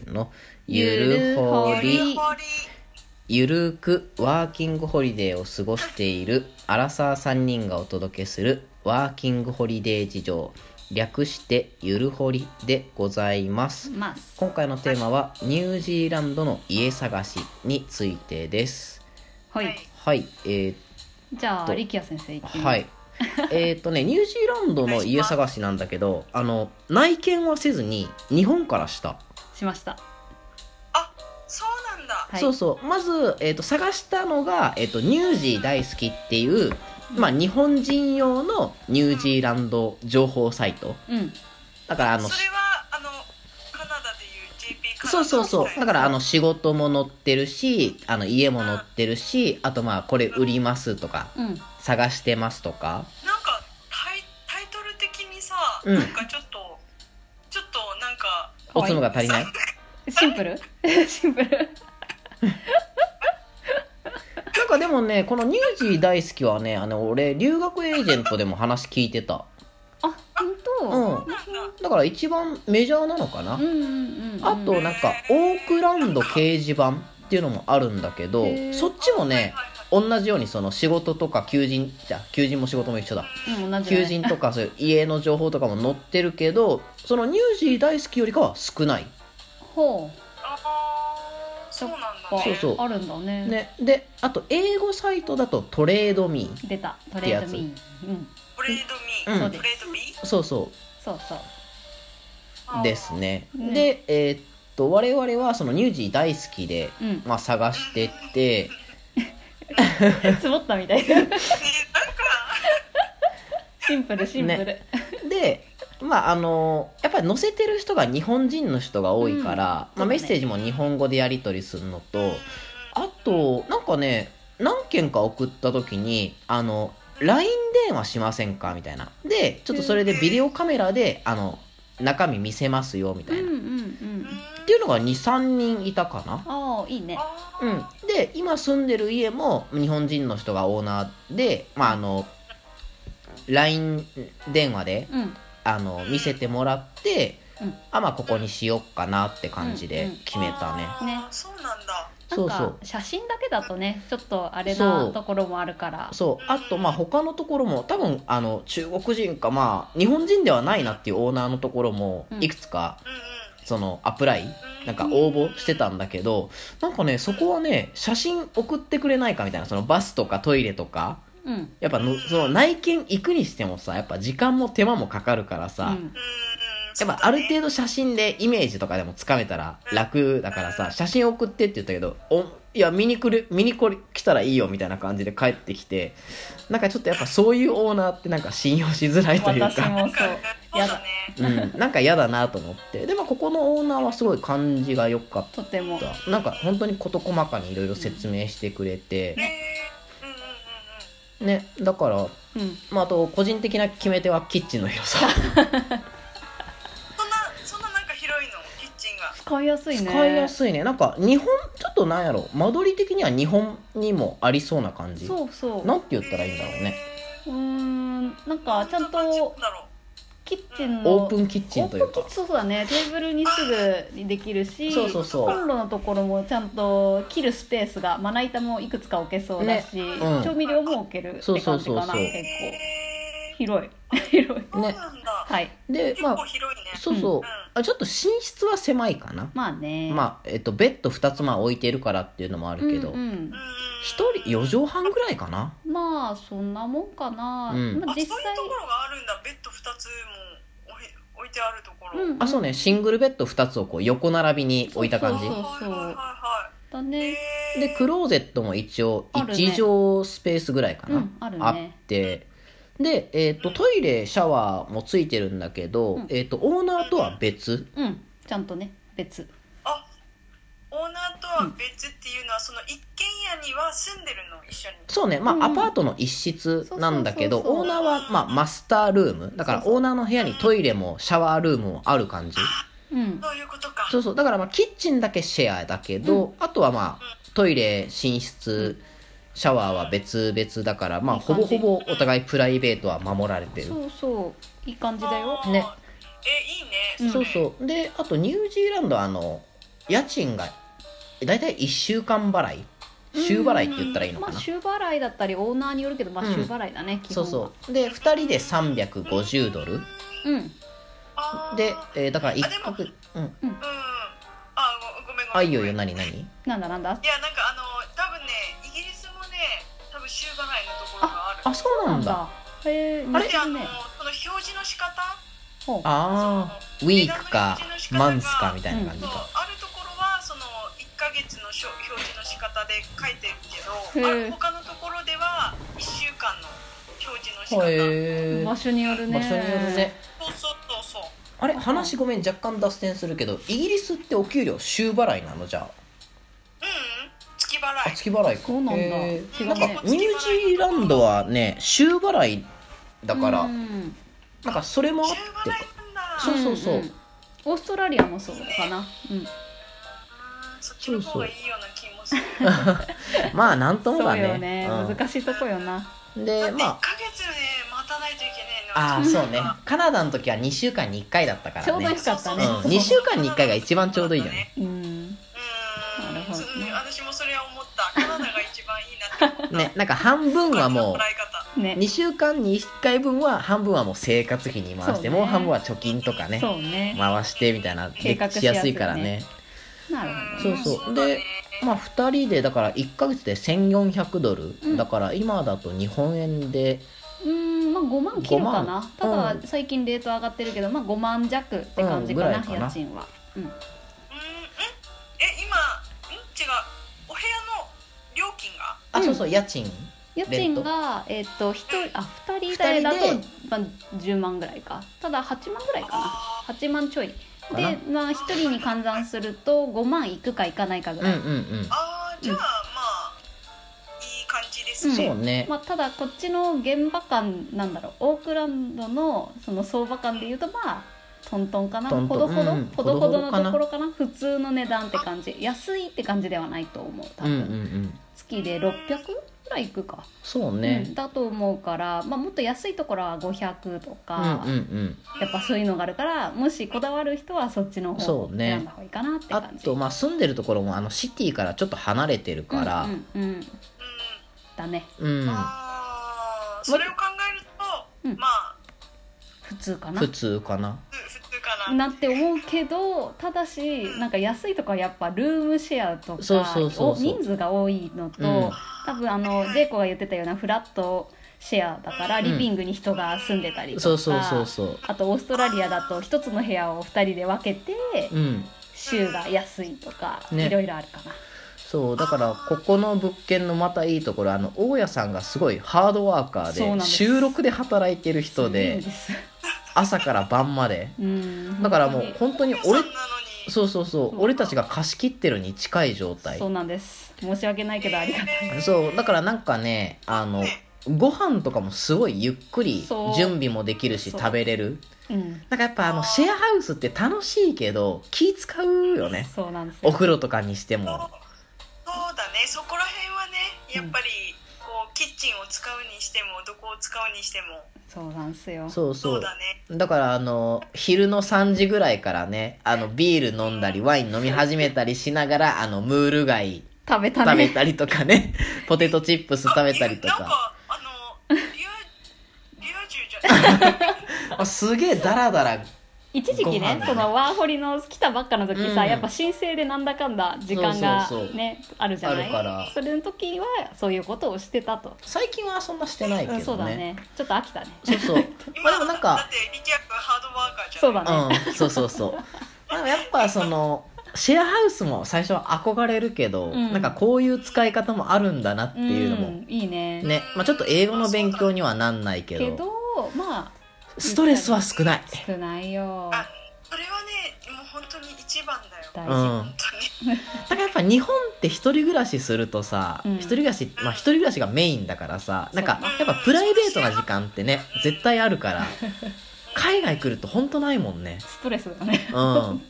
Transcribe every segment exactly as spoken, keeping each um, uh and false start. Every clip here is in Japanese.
のゆるほり。ゆるくワーキングホリデーを過ごしているアラサーさんにんがお届けするワーキングホリデー事情、略してゆるほりでございます。今回のテーマはニュージーランドの家探しについてです。 はいはい、えー、 じゃあ力也先生いきます。 はいえーとねニュージーランドの家探しなんだけど、あの内見はせずに日本からしたしました。 あ、そうなんだ、 はい、 そうそう。まず、えー、と探したのが、えー、とニュージー大好きっていう、まあ、日本人用のニュージーランド情報サイト、 うん、 だからあのそれはあのカナダでいう ジェーピー カナダ。 そうそうそうだからあの仕事も載ってるし、あの家も載ってるし、あとまあこれ売りますとか、 うん、 探してますとか、 なんかタイ、タイトル的にさ、 うん、 なんかちょっとちょっとなんかおつむが足りないシンプルシンプルなんかでもね、このニュージー大好きはね、あの俺留学エージェントでも話聞いてた。 あ、本当？ うん。だから一番メジャーなのかな。 うんうんうんうん、 あとなんかオークランド掲示板っていうのもあるんだけど、そっちもね、同じようにその仕事とか求人、じゃあ求人も仕事も一緒だ。 うん、同じ求人とかそういう家の情報とかも載ってるけど、そのニュージー大好きよりかは少ない。 ほう。 ああ、そうなんだね。 そうそうあるんだね。 ね、で、あと英語サイトだとトレードミー。 出た、トレードミー。うん。 トレードミー。 うん、 トレードミー。 そうそう。 そうそう。 ですね。 ねで、えーっと我々はそのニュージー大好きで、 うん、 まあ探してってつぼったみたいな。 ね、なんかシンプルシンプル。 ね、で、まああのやっぱり載せてる人が日本人の人が多いから、うん、まあ、メッセージも日本語でやり取りするのと、あとなんかね何件か送った時にあの ライン 電話しませんかみたいなで、ちょっとそれでビデオカメラであの中身見せますよみたいな、 うんうんうん、 っていうのが にさんにんいたかな。 ああ、いいね。 うん、で今住んでる家も日本人の人がオーナーで、まああの ライン 電話で、 うん、 あの見せてもらって、 うん、 あまあここにしよっかなって感じで決めたね。 うんうん、 ね、そうなんだ。 そうそう、 なんか写真だけだとねちょっとあれなところもあるから。 そう、あとまあ他のところも多分あの中国人かまあ日本人ではないなっていうオーナーのところもいくつか、 うんうん、 そのアプライなんか応募してたんだけど、なんかねそこはね写真送ってくれないかみたいな、そのバスとかトイレとか、 うん、 やっぱのその内見行くにしてもさ、やっぱ時間も手間もかかるからさ、 うん、 やっぱある程度写真でイメージとかでもつかめたら楽だからさ、写真送ってって言ったけど、おいや見に来る見に来たらいいよみたいな感じで帰ってきて、なんかちょっとやっぱそういうオーナーってなんか信用しづらいというか、 私もそうやだ、 うん、なんか嫌だなと思って、でもここのオーナーはすごい感じが良かった。 とてもなんか本当に事細かにいろいろ説明してくれて、うん、ね、だから、うん、まあ、あと個人的な決め手はキッチンの広さ使いやすいね。 使いやすいね。なんか日本ちょっとなんやろ、間取り的には日本にもありそうな感じ。 そうそう。 なんて言ったらいいんだろうね。 うーん、なんかちゃんとキッチンのオープンキッチンというか。 そうだね。テーブルにすぐできるし、 そうそうそう。 コンロのところもちゃんと切るスペースがまな板もいくつか置けそうだし、ね、うん、調味料も置けるって感じかな。そうそうそうそう、結構広い広いね。 はい。 で、まあ、 結構広いね。 そうそう、うん、あ、ちょっと寝室は狭いかな。 まあね。 まあ、えっと、ベッドふたつまあ置いてるからっていうのもあるけど、うんうん、ひとりよじはんぐらいかな。 まあ、そんなもんかな。うん、まあ、実際。 そういうところがあるんだ。ベッドふたつも置いてあるところ。 うんうん、あ、そうね。シングルベッドふたつをこう横並びに置いた感じ。 そうそうそうそう。だね。 で、クローゼットも一応いち畳スペースぐらいかな。 うん、あるね。 あって。で、えーと、トイレシャワーもついてるんだけど、うん、えーと、オーナーとは別、 うん、ちゃんとね別。 あ、オーナーとは別っていうのは、うん、その一軒家には住んでるの一緒に。 そうね、まあ、うん、アパートの一室なんだけど、オーナーは、まあ、マスタールームだからオーナーの部屋にトイレもシャワールームもある感じ。 うん、 そういうことか。 そうそう、だからまあキッチンだけシェアだけど、うん、あとはまあトイレ、寝室、シャワーは別々だから、まあ、ほぼほぼお互いプライベートは守られてる。 そうそういい感じだよね。 え、いいね、 うん、そうそう。で、あとニュージーランドはあの家賃がだいたいいっしゅうかん払い、週払いって言ったらいいのかな、 まあ、週払いだったりオーナーによるけど、まあ、週払いだね、うん、基本は。そうそうでふたりでさんびゃくごじゅうドル、 うんで、えー、だからいっかげつうん、うん、 あごめんごめんあいいよよ何何なんだなんだいやなんかあの多分ねイギリスもね多分週払いのところがある。 ああそうなんだ。 へえ。 あれあのこの表示の仕方、 ああウィークかマンスかみたいな感じか、 うん、あるところはそのいっかげつの表示の仕方で書いてるけど、ある他のところではいっしゅうかんの表示の仕方。 へ場所によるね。 場所によるね。 そうそうそうそう。 あれ話ごめん若干脱線するけど、イギリスってお給料週払いなのじゃあ？ うん月払い。 あ月払いか。 そうなんだ。 えー、 なんかニュージーランドはね週払いだから、 うんなんかそれもあってか。そうそうそう、うんうん、 オーストラリアもそうかな、うん、 そっちの方がいいような気もする。 まあなんともだね。 そうよね、うん、難しいとこよな。 でまあいっかげつね待たないといけないの。 ああそうね。カナダの時はにしゅうかんにいっかいだったからね。 ちょうどよかったね、 うん、にしゅうかんにいっかいが一番ちょうどいいよね。 うん、なるほどね。 私もそれは思った。カナダが一番いいなってね、なんか半分はもう、 ね、 にしゅうかんにいっかいぶんは半分はもう生活費に回して、ね、もう半分は貯金とかね、 そうね回してみたいな計画しやすいからね。 なるほど、ね、 そうそうでまあふたりでだからいっかげつでせんよんひゃくドル、うん、だから今だと日本円でうんまあごまん切るかな。ただ最近レート上がってるけど、まあごまん弱って感じかな、うん、かな家賃は。うん、うん、え今ん違うお部屋の料金があ、うん、そうそう家賃家賃が、えー、とひとりあふたりだと、まあ、じゅうまんぐらいか。ただはちまんぐらいかな。はちまんちょいで、まあ、ひとりに換算するとごまんいくかいかないかぐらい。 うんうんうん、 あじゃあ、うん、まあいい感じですね。 そうね、 まあ、ただこっちの現場感なんだろう、オークランドのその相場感でいうとまあトントンかな、 トントンほどほど、 うん、 ほどほどのところかな。普通の値段って感じ。安いって感じではないと思う多分、 うんうんうん、 月でろっぴゃくぐらいいくか。 そうね、 うん、だと思うから、まあ、もっと安いところはごひゃくとか、 うんうんうん、 やっぱそういうのがあるから、もしこだわる人はそっちの方を選んだ方がいいかなって感じ。 あと、まあ、住んでるところもあのシティからちょっと離れてるから、 うんうんうん、だね、 うん、 あそれを考えると、うん、まあ普通かな普通かななって思うけど、ただしなんか安いとこはやっぱルームシェアとか人数が多いのと、うん、多分あのジェイコが言ってたようなフラットシェアだからリビングに人が住んでたりとか、うん、そうそうそうそう。あとオーストラリアだと一つの部屋をふたりで分けて、うん、週が安いとか、ね、いろいろあるかな。 そうだからここの物件のまたいいところ、あの大家さんがすごいハードワーカーで週ろくで働いてる人で朝から晩まで、うん、だからもう本当に俺そうそうそう俺たちが貸し切ってるに近い状態。 そうなんです。申し訳ないけどありがたい。 そうだからなんかね、あのご飯とかもすごいゆっくり準備もできるし食べれる。うん、なんかやっぱあのシェアハウスって楽しいけど気使うよね。 そうなんですよ。 お風呂とかにしても。 そうだね、そこら辺はねやっぱりこうキッチンを使うにしてもどこを使うにしてもそうなんすよ。 そうそう、 そうだね。 だからあの昼のさんじぐらいからね、あのビール飲んだりワイン飲み始めたりしながらあのムール貝食べた、ね、 食べたりとかねポテトチップス食べたりとか。 なんかあのリアリア充じゃないあすげえダラダラ一時期ね、そのワーホリの来たばっかの時さ、うん、やっぱ申請でなんだかんだ時間がねそうそうそうあるじゃない。あるから、それの時はそういうことをしてたと。 最近はそんなしてないけどね、うん、 そうだね、ちょっと飽きたね。 そうそう今でもなんかだってリキャップハードワーカーじゃん。 そうだね、 うん、そうそうそうなんかやっぱそのシェアハウスも最初は憧れるけど、うん、なんかこういう使い方もあるんだなっていうのも、うん、 いいねね、まあ、ちょっと英語の勉強にはなんないけど、 けどまあストレスは少ない少ないよ。 あそれはねもう本当に一番だよ。 大事、うん、 本当にだからやっぱ日本って一人暮らしするとさ、うん、一人暮らしまあ一人暮らしがメインだからさ、なんかやっぱプライベートな時間ってね絶対あるから海外来ると本当ないもんね。 ストレスだね。 うんうんそうだね。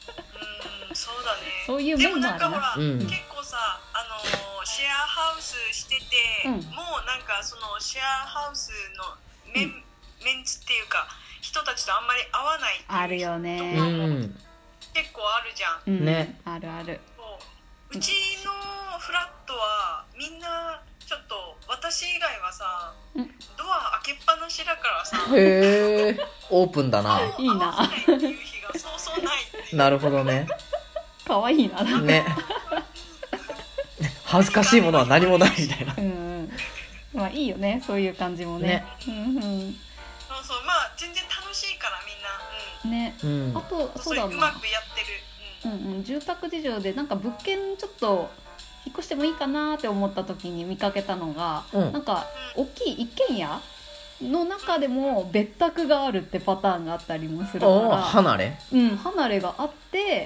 そういう面もあるな。 でもなんかほら、 うん、 結構さあのシェアハウスしてて、うん、もうなんかそのシェアハウスのメン、うん、メンツっていうか人たちとあんまり合わないっていうあるよね、 うん、 結構あるじゃん、 うん、 ねあるある。 うちのフラットはみんなちょっと私以外はさ、 うん、 ドア開けっぱなしだからさ、 へえオープンだな。 いいな。 合わせないっていう日がそうそうないっていう。 なるほどね。 かわいいな。 ね恥ずかしいものは何もないみたいな。 うん、まあいいよね、そういう感じもね。 ね、 うんうん、 そうそう、まあ全然楽しいからみんな、 ね、 うん、 あとそうだな、 うまくやってる、 うんうん、住宅事情でなんか物件ちょっと引っ越してもいいかなって思った時に見かけたのが、 うん、 なんか大きい一軒家の中でも別宅があるってパターンがあったりもするから、 離れ、 うん、離れがあって、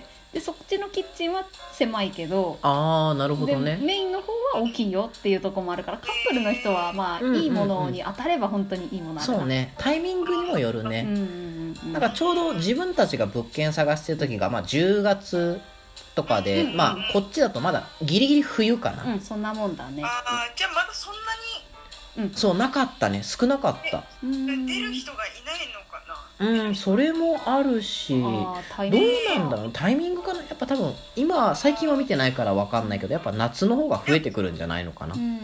でそっちのキッチンは狭いけど、 ああなるほどね、 でメインの方は大きいよっていうところもあるから、カップルの人はまあ、うんうんうん、いいものに当たれば本当にいいものあるな。 そうね、タイミングにもよるね、 うんうんうん、 なんかちょうど自分たちが物件探してる時が、まあ、じゅうがつとかで、 うんうん、 まあこっちだとまだギリギリ冬かな、 うん、そんなもんだね。 あじゃあまだそんなに、うん、 そうなかったね、少なかった。 に出る人がいないのかな。 うん、それもあるし、どうなんだろう、タイミングかな。やっぱ多分今最近は見てないから分かんないけど、やっぱ夏の方が増えてくるんじゃないのかな。 うんうんうん、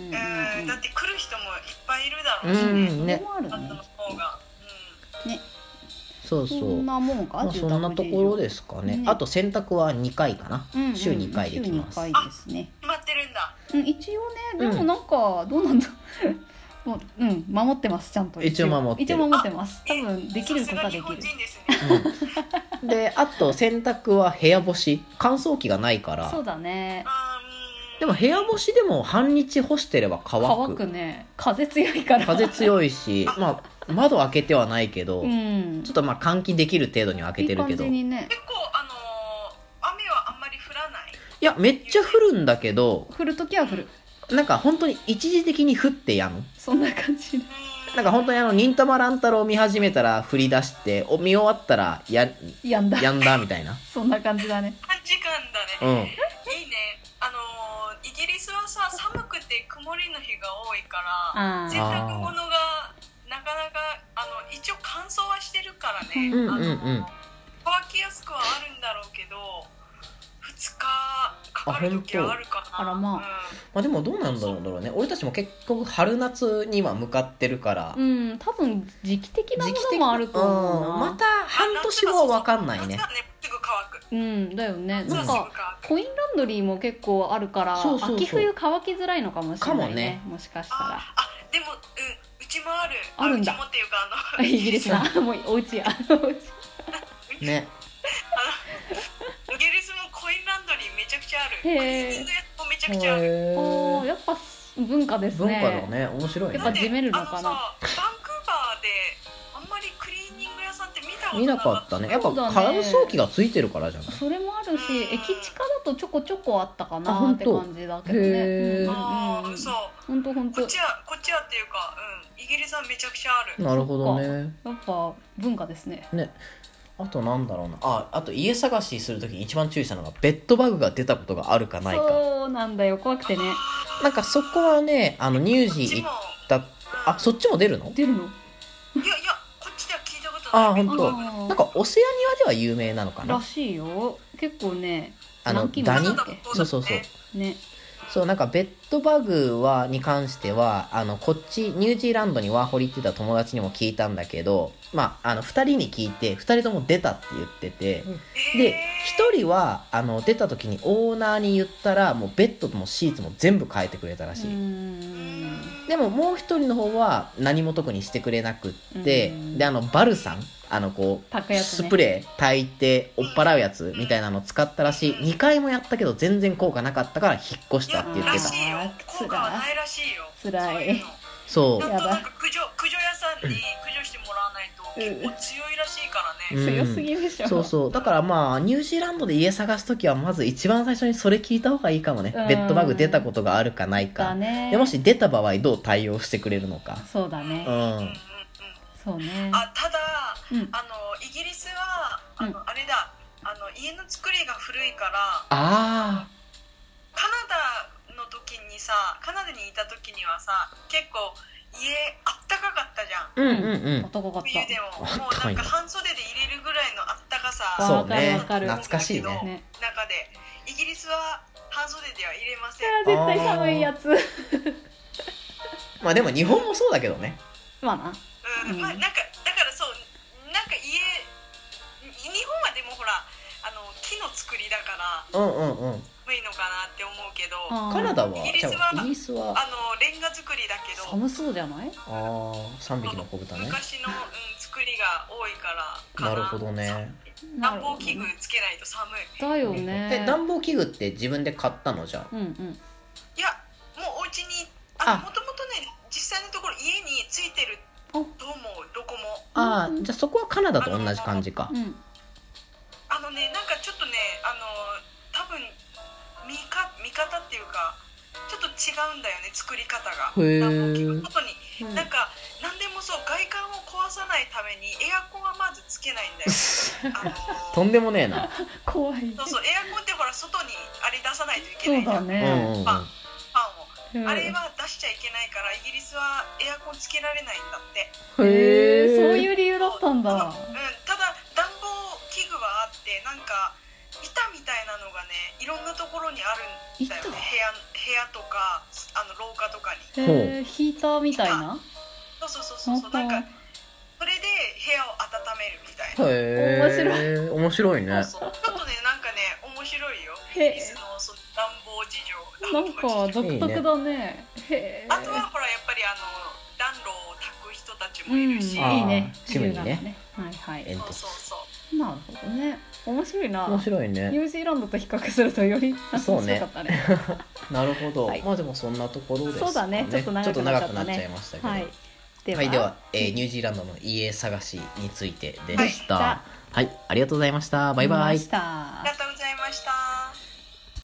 えー、だって来る人もいっぱいいるだろうしね、 うんね、 夏の方が、 うん、ね、 そうそう、そんなもんか、 まあ、そんなところですかね。ね、あと洗濯はにかいかな、うんうん、週にかいできます。 週にかいですね。 決まってるんだ。 うん、一応ね、でもなんか、どうなんだもう、うん、守ってます、ちゃんと。 一応守ってる。 一応守ってます。多分できることはできる。 うん、で、あと洗濯は部屋干し、乾燥機がないから。 そうだね。 でも部屋干しでも半日干してれば乾く。 乾くね。風強いから。 風強いし、まあ窓開けてはないけど、うん、ちょっとまあ換気できる程度には開けてるけど。 いい感じにね。 結構あのー、雨はあんまり降らない。 いやめっちゃ降るんだけど。 降るときは降る。 なんか本当に一時的に降ってやむ。 そんな感じ。 なんか本当にあの忍たま乱太郎見始めたら降り出してお見終わったらややんだやんだみたいな。 そんな感じだね。 短時間だね。うん。いいね。あのー、イギリスはさ寒くて曇りの日が多いから洗濯物がなかなかあの一応乾燥はしてるからね。うんうんうん。あの乾きやすくはあるんだろうけど。ふつかかかる時はあるかな。 あらまあ、うん、まあでもどうなんだろうね。俺たちも結局春夏には向かってるから、 うん多分時期的なものもあると思うな。 また半年後は分かんないね。 夏はねすぐ乾く。 うんだよね。なんかコインランドリーも結構あるからそうそうそう秋冬乾きづらいのかもしれないね。 ねもしかしたら。 あでも、うん、うちもある。 あるんだ。 うちもっていうかあのイギリスだ。もうお家や。 ね。 イギリスもコインランドリーめちゃくちゃある。クリーニング屋もめちゃくちゃある。おやっぱ文化ですね。 文化だね。面白いね。 やっぱジメるのかな。 バンクーバーであんまりクリーニング屋さんって見たこと見なかったね。やっぱ乾燥機がついてるからじゃない。 それもあるし、駅地下だとちょこちょこあったかなって感じだけどね。 へー。 ああ、そう。 本当本当。 こっちはこっちはっていうか、うん、イギリスはめちゃくちゃある。 なるほどね。 やっぱ文化ですね。 ね。あとなんだろうなああと家探しするときに一番注意したのがベッドバグが出たことがあるかないか。 そうなんだよ怖くてね。 なんかそこはねあの乳児行ったあそっちも出るの出るの。いやいやこっちでは聞いたことない。 あ本当。なんかオセアニアでは有名なのかならしいよ。結構ねあのダニそうそうそうね。そうなんかベッドバグはに関してはあのこっちニュージーランドにワーホリ行ってた友達にも聞いたんだけど、まあ、あのふたりに聞いてふたりとも出たって言ってて、うん、でひとりはあの出た時にオーナーに言ったらもうベッドもシーツも全部変えてくれたらしい。でももうひとりの方は何も特にしてくれなくってであのバルサンあのこう、ね、スプレー炊いて追っ払うやつみたいなの使ったらしい。にかいもやったけど全然効果なかったから引っ越したって言ってた。 つらい効果はないらしいよ。 つらい。 そうなんか駆除駆除屋さんに駆除してもらわないと結構強いらしいからね、 うん、強すぎでしょ。 そうそうだからまあニュージーランドで家探すときはまず一番最初にそれ聞いた方がいいかもね。ベッドバグ出たことがあるかないか、ね、でもし出た場合どう対応してくれるのか。 そうだね、 うんそうね。 あただ、うん、あのイギリスはあの、うん、あれだあの家の作りが古いからあカナダの時にさカナダにいた時にはさ結構あったかかったじゃん。 うんうんうん。 あったかかった。 冬でももうなんか半袖で入れるぐらいのあったかさ。 そうね。 わかるわかる。 懐かしいね。 中でイギリスは半袖では入れません。 絶対寒いやつ。 まあでも日本もそうだけどね。 まあな。 うん、まあなんかだからそうなんか家日本はでもほらあの木の作りだからうんうんうん無いのかなって思うけど、 カナダはイギリスはイギリスはあのレンガ作りだけど寒そうじゃない？ ああさんびきの子豚ね。 昔の、うん、作りが多いからかな。 なるほどね。 暖房器具つけないと寒い。 だよね。 え暖房器具って自分で買ったのじゃあ？ うんうん。 いやもうお家にあのもともとね実際のところ家についてると思うどこも。 ああじゃあそこはカナダと同じ感じか。 うん。 あのねなんかちょっとねあの多分見か見方っていうかちょっと違うんだよね作り方が。 へ暖房器具ー外に、うん、なんか何でもそう外観を壊さないためにエアコンはまずつけないんだよ。あのー、 とんでもねえな。 怖い。 そうそうエアコンってほら外にあれ出さないといけないじゃん。 そうだね。 ファンファンをあれは出しちゃいけないからイギリスはエアコンつけられないんだって。 へえそういう理由だったんだ。 うん、ただ暖房器具はあってなんか板みたいなのがねいろんなところにあるんだよね。部屋部屋とかあの廊下とかに。 へえヒーターみたいな。 そうそうそうそうなんかそれで部屋を温めるみたいな。 へえ面白いね。 そうそうちょっとねなんかね面白いよイギリスのその暖房事情。 なんか独特だね。へえあとはほらやっぱりあの暖炉を焚く人たちもいるし、 うん、いいね趣味にね。 はいはい。 そうそうそうなるほどね。面白いな。 面白いね。 ニュージーランドと比較するとより面白かったね。 なるほど、 はい、 まあでもそんなところですかね。 そうだねちょっと長くなっちゃったね。ちょっと長くなっちゃいましたけど、 はいでは、はい、では、えー、ニュージーランドの家探しについてでした。はい、はい、ありがとうございました。バイバイ。 ありがとうございました。